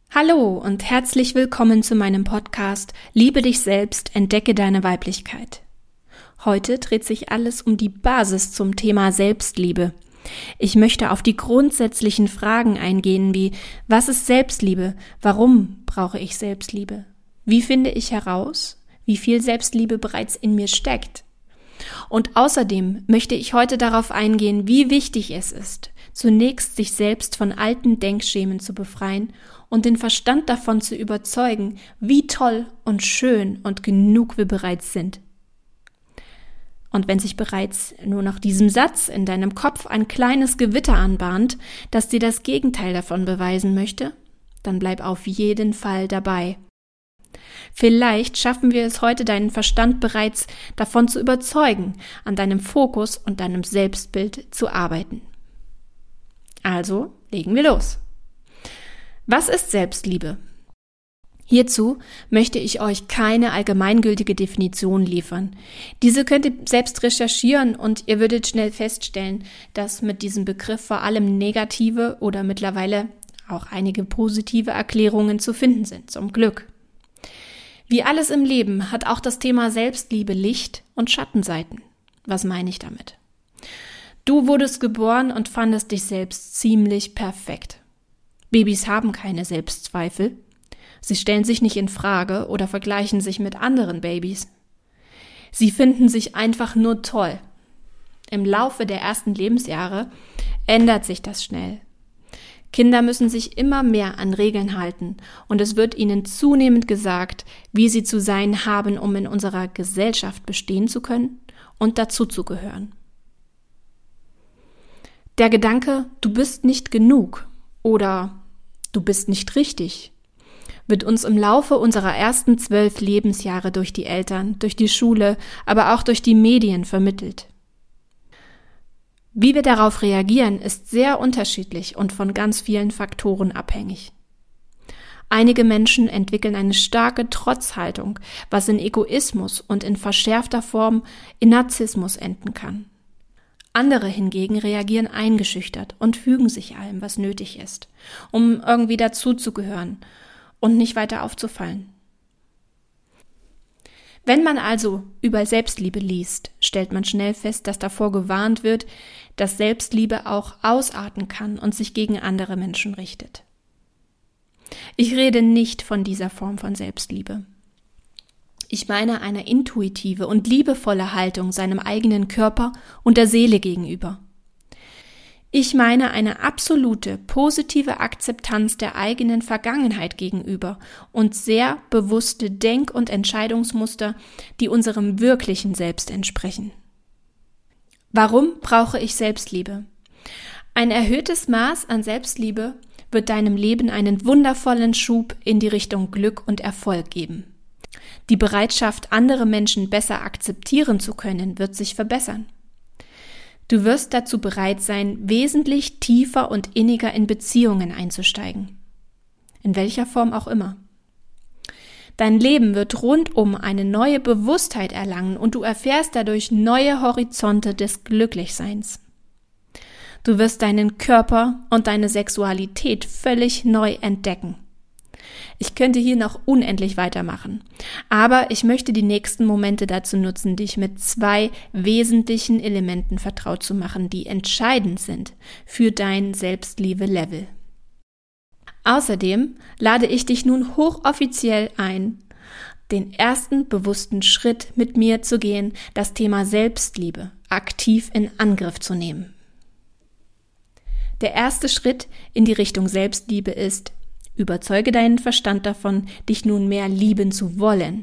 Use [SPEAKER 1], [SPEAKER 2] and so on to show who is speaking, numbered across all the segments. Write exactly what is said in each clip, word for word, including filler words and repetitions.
[SPEAKER 1] Hallo und herzlich willkommen zu meinem Podcast Liebe dich selbst, entdecke deine Weiblichkeit. Heute dreht sich alles um die Basis zum Thema Selbstliebe. Ich möchte auf die grundsätzlichen Fragen eingehen wie: Was ist Selbstliebe? Warum brauche ich Selbstliebe? Wie finde ich heraus, wie viel Selbstliebe bereits in mir steckt? Und außerdem möchte ich heute darauf eingehen, wie wichtig es ist, zunächst sich selbst von alten Denkschemen zu befreien und den Verstand davon zu überzeugen, wie toll und schön und genug wir bereits sind. Und wenn sich bereits nur nach diesem Satz in deinem Kopf ein kleines Gewitter anbahnt, das dir das Gegenteil davon beweisen möchte, dann bleib auf jeden Fall dabei. Vielleicht schaffen wir es heute, deinen Verstand bereits davon zu überzeugen, an deinem Fokus und deinem Selbstbild zu arbeiten. Also, legen wir los. Was ist Selbstliebe? Hierzu möchte ich euch keine allgemeingültige Definition liefern. Diese könnt ihr selbst recherchieren und ihr würdet schnell feststellen, dass mit diesem Begriff vor allem negative oder mittlerweile auch einige positive Erklärungen zu finden sind, zum Glück. Wie alles im Leben hat auch das Thema Selbstliebe Licht- und Schattenseiten. Was meine ich damit? Du wurdest geboren und fandest dich selbst ziemlich perfekt. Babys haben keine Selbstzweifel. Sie stellen sich nicht in Frage oder vergleichen sich mit anderen Babys. Sie finden sich einfach nur toll. Im Laufe der ersten Lebensjahre ändert sich das schnell. Kinder müssen sich immer mehr an Regeln halten und es wird ihnen zunehmend gesagt, wie sie zu sein haben, um in unserer Gesellschaft bestehen zu können und dazuzugehören. Der Gedanke, du bist nicht genug oder du bist nicht richtig, wird uns im Laufe unserer ersten zwölf Lebensjahre durch die Eltern, durch die Schule, aber auch durch die Medien vermittelt. Wie wir darauf reagieren, ist sehr unterschiedlich und von ganz vielen Faktoren abhängig. Einige Menschen entwickeln eine starke Trotzhaltung, was in Egoismus und in verschärfter Form in Narzissmus enden kann. Andere hingegen reagieren eingeschüchtert und fügen sich allem, was nötig ist, um irgendwie dazuzugehören und nicht weiter aufzufallen. Wenn man also über Selbstliebe liest, stellt man schnell fest, dass davor gewarnt wird, dass Selbstliebe auch ausarten kann und sich gegen andere Menschen richtet. Ich rede nicht von dieser Form von Selbstliebe. Ich meine eine intuitive und liebevolle Haltung seinem eigenen Körper und der Seele gegenüber. Ich meine eine absolute, positive Akzeptanz der eigenen Vergangenheit gegenüber und sehr bewusste Denk- und Entscheidungsmuster, die unserem wirklichen Selbst entsprechen. Warum brauche ich Selbstliebe? Ein erhöhtes Maß an Selbstliebe wird deinem Leben einen wundervollen Schub in die Richtung Glück und Erfolg geben. Die Bereitschaft, andere Menschen besser akzeptieren zu können, wird sich verbessern. Du wirst dazu bereit sein, wesentlich tiefer und inniger in Beziehungen einzusteigen. In welcher Form auch immer. Dein Leben wird rundum eine neue Bewusstheit erlangen und du erfährst dadurch neue Horizonte des Glücklichseins. Du wirst deinen Körper und deine Sexualität völlig neu entdecken. Ich könnte hier noch unendlich weitermachen, aber ich möchte die nächsten Momente dazu nutzen, dich mit zwei wesentlichen Elementen vertraut zu machen, die entscheidend sind für dein Selbstliebe-Level. Außerdem lade ich dich nun hochoffiziell ein, den ersten bewussten Schritt mit mir zu gehen, das Thema Selbstliebe aktiv in Angriff zu nehmen. Der erste Schritt in die Richtung Selbstliebe ist: Überzeuge deinen Verstand davon, dich nun mehr lieben zu wollen.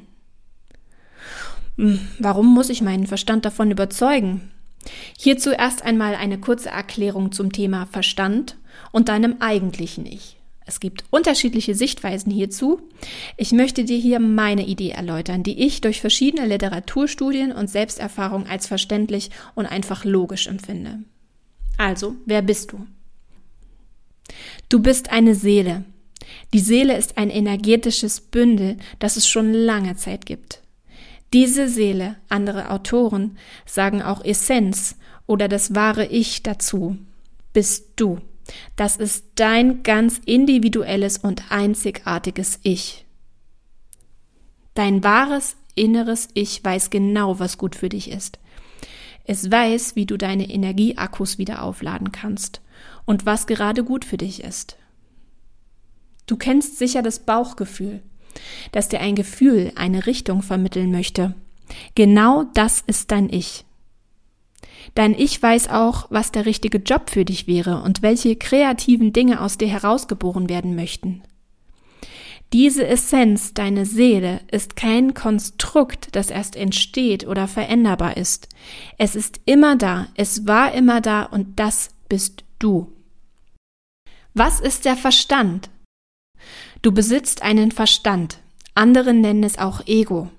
[SPEAKER 1] Warum muss ich meinen Verstand davon überzeugen? Hierzu erst einmal eine kurze Erklärung zum Thema Verstand und deinem eigentlichen Ich. Es gibt unterschiedliche Sichtweisen hierzu. Ich möchte dir hier meine Idee erläutern, die ich durch verschiedene Literaturstudien und Selbsterfahrung als verständlich und einfach logisch empfinde. Also, wer bist du? Du bist eine Seele. Die Seele ist ein energetisches Bündel, das es schon lange Zeit gibt. Diese Seele, andere Autoren sagen auch Essenz oder das wahre Ich dazu, bist du. Das ist dein ganz individuelles und einzigartiges Ich. Dein wahres, inneres Ich weiß genau, was gut für dich ist. Es weiß, wie du deine Energieakkus wieder aufladen kannst und was gerade gut für dich ist. Du kennst sicher das Bauchgefühl, das dir ein Gefühl, eine Richtung vermitteln möchte. Genau das ist dein Ich. Dein Ich weiß auch, was der richtige Job für dich wäre und welche kreativen Dinge aus dir herausgeboren werden möchten. Diese Essenz, deine Seele, ist kein Konstrukt, das erst entsteht oder veränderbar ist. Es ist immer da, es war immer da und das bist du. Was ist der Verstand? Du besitzt einen Verstand, andere nennen es auch Ego.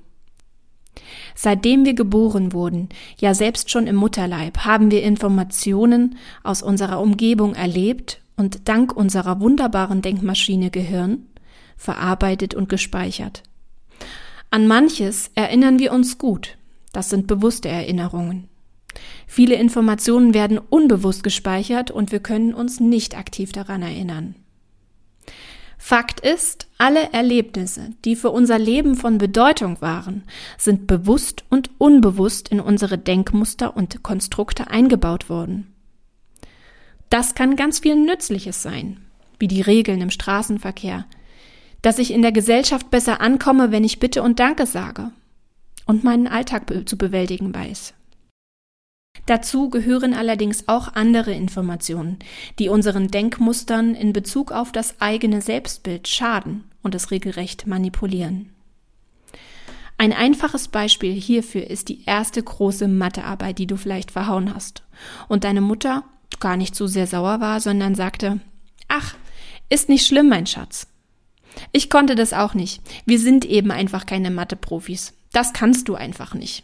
[SPEAKER 1] Seitdem wir geboren wurden, ja selbst schon im Mutterleib, haben wir Informationen aus unserer Umgebung erlebt und dank unserer wunderbaren Denkmaschine Gehirn verarbeitet und gespeichert. An manches erinnern wir uns gut, das sind bewusste Erinnerungen. Viele Informationen werden unbewusst gespeichert und wir können uns nicht aktiv daran erinnern. Fakt ist, alle Erlebnisse, die für unser Leben von Bedeutung waren, sind bewusst und unbewusst in unsere Denkmuster und Konstrukte eingebaut worden. Das kann ganz viel Nützliches sein, wie die Regeln im Straßenverkehr, dass ich in der Gesellschaft besser ankomme, wenn ich Bitte und Danke sage und meinen Alltag be- zu bewältigen weiß. Dazu gehören allerdings auch andere Informationen, die unseren Denkmustern in Bezug auf das eigene Selbstbild schaden und es regelrecht manipulieren. Ein einfaches Beispiel hierfür ist die erste große Mathearbeit, die du vielleicht verhauen hast und deine Mutter gar nicht so sehr sauer war, sondern sagte, ach, ist nicht schlimm, mein Schatz. Ich konnte das auch nicht. Wir sind eben einfach keine Mathe-Profis. Das kannst du einfach nicht.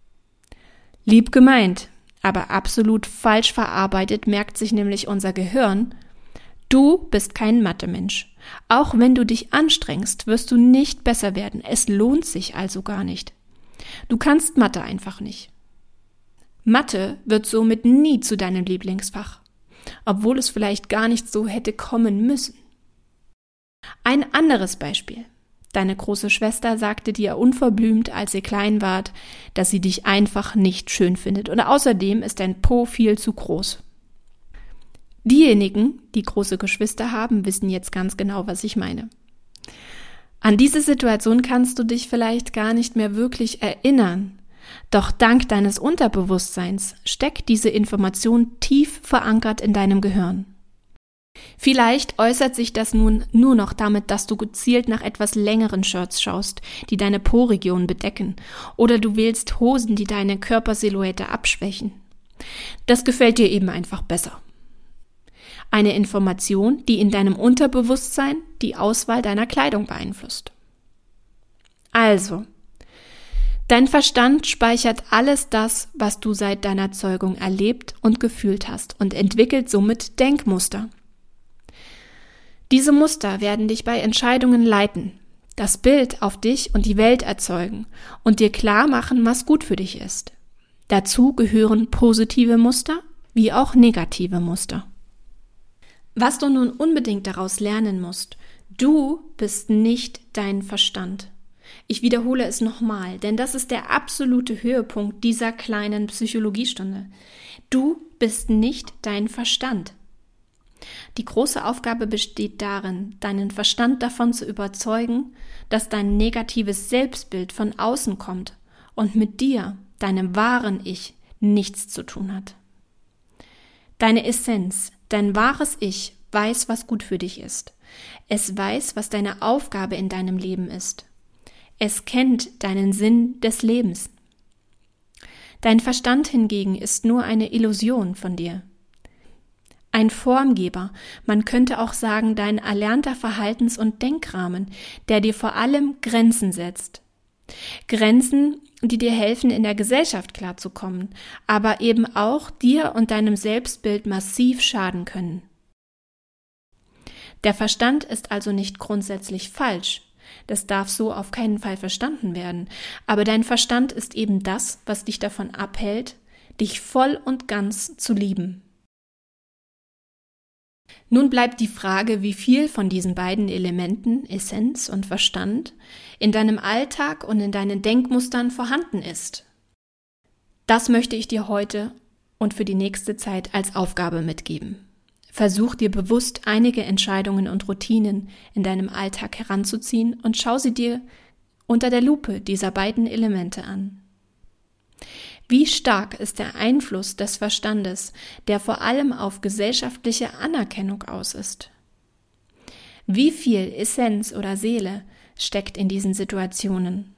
[SPEAKER 1] Lieb gemeint, aber absolut falsch verarbeitet merkt sich nämlich unser Gehirn, du bist kein Mathe-Mensch. Auch wenn du dich anstrengst, wirst du nicht besser werden. Es lohnt sich also gar nicht. Du kannst Mathe einfach nicht. Mathe wird somit nie zu deinem Lieblingsfach, obwohl es vielleicht gar nicht so hätte kommen müssen. Ein anderes Beispiel. Deine große Schwester sagte dir unverblümt, als ihr klein wart, dass sie dich einfach nicht schön findet und außerdem ist dein Po viel zu groß. Diejenigen, die große Geschwister haben, wissen jetzt ganz genau, was ich meine. An diese Situation kannst du dich vielleicht gar nicht mehr wirklich erinnern, doch dank deines Unterbewusstseins steckt diese Information tief verankert in deinem Gehirn. Vielleicht äußert sich das nun nur noch damit, dass du gezielt nach etwas längeren Shirts schaust, die deine Po-Region bedecken, oder du wählst Hosen, die deine Körpersilhouette abschwächen. Das gefällt dir eben einfach besser. Eine Information, die in deinem Unterbewusstsein die Auswahl deiner Kleidung beeinflusst. Also, dein Verstand speichert alles das, was du seit deiner Zeugung erlebt und gefühlt hast und entwickelt somit Denkmuster. Diese Muster werden dich bei Entscheidungen leiten, das Bild auf dich und die Welt erzeugen und dir klar machen, was gut für dich ist. Dazu gehören positive Muster wie auch negative Muster. Was du nun unbedingt daraus lernen musst, du bist nicht dein Verstand. Ich wiederhole es nochmal, denn das ist der absolute Höhepunkt dieser kleinen Psychologiestunde. Du bist nicht dein Verstand. Die große Aufgabe besteht darin, deinen Verstand davon zu überzeugen, dass dein negatives Selbstbild von außen kommt und mit dir, deinem wahren Ich, nichts zu tun hat. Deine Essenz, dein wahres Ich, weiß, was gut für dich ist. Es weiß, was deine Aufgabe in deinem Leben ist. Es kennt deinen Sinn des Lebens. Dein Verstand hingegen ist nur eine Illusion von dir. Ein Formgeber, man könnte auch sagen, dein erlernter Verhaltens- und Denkrahmen, der dir vor allem Grenzen setzt. Grenzen, die dir helfen, in der Gesellschaft klarzukommen, aber eben auch dir und deinem Selbstbild massiv schaden können. Der Verstand ist also nicht grundsätzlich falsch. Das darf so auf keinen Fall verstanden werden. Aber dein Verstand ist eben das, was dich davon abhält, dich voll und ganz zu lieben. Nun bleibt die Frage, wie viel von diesen beiden Elementen, Essenz und Verstand, in deinem Alltag und in deinen Denkmustern vorhanden ist. Das möchte ich dir heute und für die nächste Zeit als Aufgabe mitgeben. Versuch dir bewusst einige Entscheidungen und Routinen in deinem Alltag heranzuziehen und schau sie dir unter der Lupe dieser beiden Elemente an. Wie stark ist der Einfluss des Verstandes, der vor allem auf gesellschaftliche Anerkennung aus ist? Wie viel Essenz oder Seele steckt in diesen Situationen?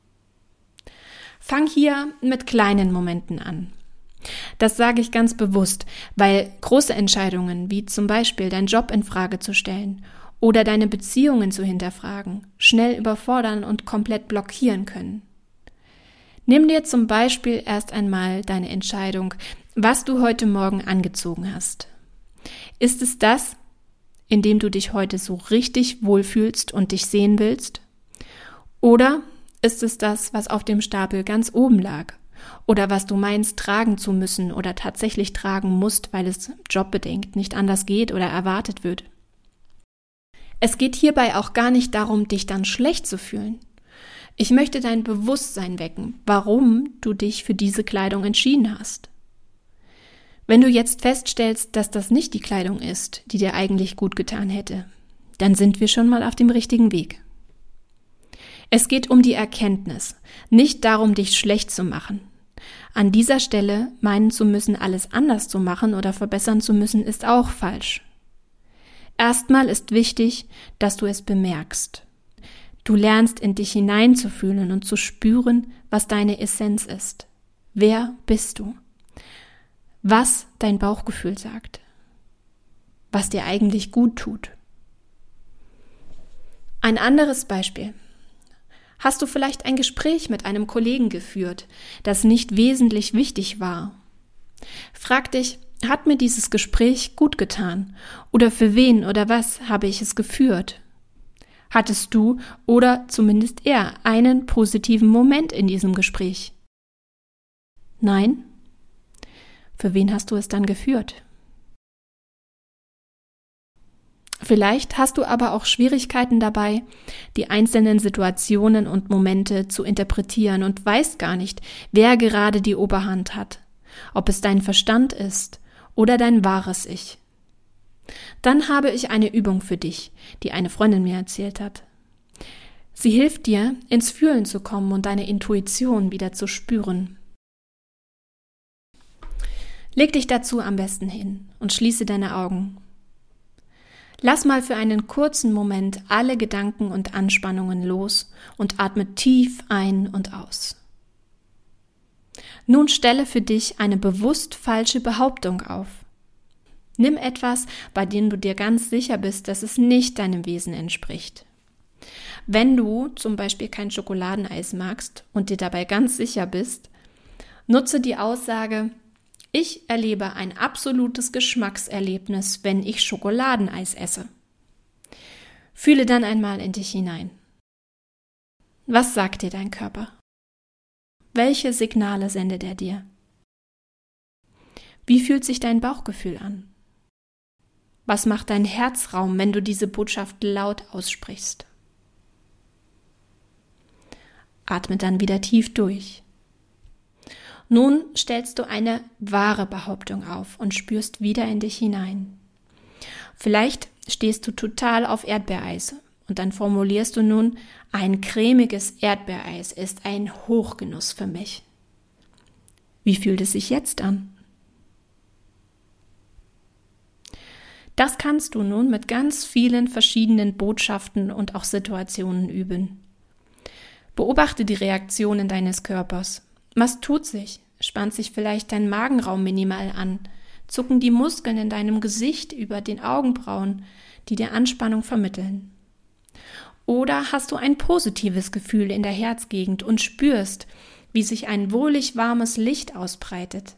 [SPEAKER 1] Fang hier mit kleinen Momenten an. Das sage ich ganz bewusst, weil große Entscheidungen, wie zum Beispiel deinen Job in Frage zu stellen oder deine Beziehungen zu hinterfragen, schnell überfordern und komplett blockieren können. Nimm dir zum Beispiel erst einmal deine Entscheidung, was du heute Morgen angezogen hast. Ist es das, in dem du dich heute so richtig wohlfühlst und dich sehen willst? Oder ist es das, was auf dem Stapel ganz oben lag? Oder was du meinst, tragen zu müssen oder tatsächlich tragen musst, weil es jobbedingt nicht anders geht oder erwartet wird? Es geht hierbei auch gar nicht darum, dich dann schlecht zu fühlen. Ich möchte dein Bewusstsein wecken, warum du dich für diese Kleidung entschieden hast. Wenn du jetzt feststellst, dass das nicht die Kleidung ist, die dir eigentlich gut getan hätte, dann sind wir schon mal auf dem richtigen Weg. Es geht um die Erkenntnis, nicht darum, dich schlecht zu machen. An dieser Stelle meinen zu müssen, alles anders zu machen oder verbessern zu müssen, ist auch falsch. Erstmal ist wichtig, dass du es bemerkst. Du lernst, in dich hineinzufühlen und zu spüren, was deine Essenz ist. Wer bist du? Was dein Bauchgefühl sagt. Was dir eigentlich gut tut. Ein anderes Beispiel. Hast du vielleicht ein Gespräch mit einem Kollegen geführt, das nicht wesentlich wichtig war? Frag dich, hat mir dieses Gespräch gut getan? Oder für wen oder was habe ich es geführt? Hattest du oder zumindest er einen positiven Moment in diesem Gespräch? Nein? Für wen hast du es dann geführt? Vielleicht hast du aber auch Schwierigkeiten dabei, die einzelnen Situationen und Momente zu interpretieren und weißt gar nicht, wer gerade die Oberhand hat, ob es dein Verstand ist oder dein wahres Ich. Dann habe ich eine Übung für dich, die eine Freundin mir erzählt hat. Sie hilft dir, ins Fühlen zu kommen und deine Intuition wieder zu spüren. Leg dich dazu am besten hin und schließe deine Augen. Lass mal für einen kurzen Moment alle Gedanken und Anspannungen los und atme tief ein und aus. Nun stelle für dich eine bewusst falsche Behauptung auf. Nimm etwas, bei dem du dir ganz sicher bist, dass es nicht deinem Wesen entspricht. Wenn du zum Beispiel kein Schokoladeneis magst und dir dabei ganz sicher bist, nutze die Aussage: Ich erlebe ein absolutes Geschmackserlebnis, wenn ich Schokoladeneis esse. Fühle dann einmal in dich hinein. Was sagt dir dein Körper? Welche Signale sendet er dir? Wie fühlt sich dein Bauchgefühl an? Was macht dein Herzraum, wenn du diese Botschaft laut aussprichst? Atme dann wieder tief durch. Nun stellst du eine wahre Behauptung auf und spürst wieder in dich hinein. Vielleicht stehst du total auf Erdbeereis und dann formulierst du nun: Ein cremiges Erdbeereis ist ein Hochgenuss für mich. Wie fühlt es sich jetzt an? Das kannst du nun mit ganz vielen verschiedenen Botschaften und auch Situationen üben. Beobachte die Reaktionen deines Körpers. Was tut sich? Spannt sich vielleicht dein Magenraum minimal an? Zucken die Muskeln in deinem Gesicht über den Augenbrauen, die dir Anspannung vermitteln? Oder hast du ein positives Gefühl in der Herzgegend und spürst, wie sich ein wohlig warmes Licht ausbreitet?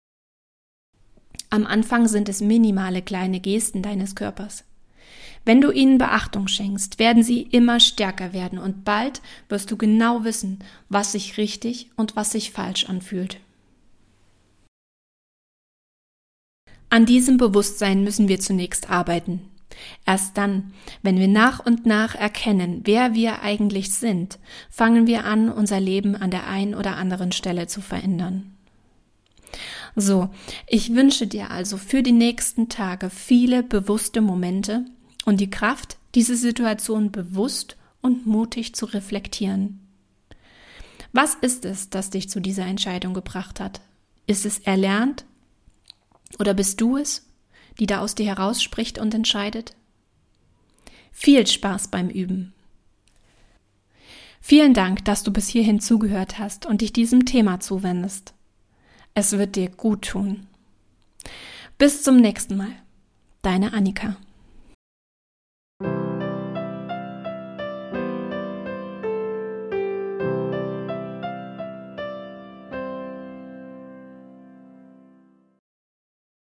[SPEAKER 1] Am Anfang sind es minimale kleine Gesten deines Körpers. Wenn du ihnen Beachtung schenkst, werden sie immer stärker werden und bald wirst du genau wissen, was sich richtig und was sich falsch anfühlt. An diesem Bewusstsein müssen wir zunächst arbeiten. Erst dann, wenn wir nach und nach erkennen, wer wir eigentlich sind, fangen wir an, unser Leben an der einen oder anderen Stelle zu verändern. So, ich wünsche dir also für die nächsten Tage viele bewusste Momente und die Kraft, diese Situation bewusst und mutig zu reflektieren. Was ist es, das dich zu dieser Entscheidung gebracht hat? Ist es erlernt? Oder bist du es, die da aus dir herausspricht und entscheidet? Viel Spaß beim Üben. Vielen Dank, dass du bis hierhin zugehört hast und dich diesem Thema zuwendest. Es wird dir gut tun. Bis zum nächsten Mal. Deine Annika.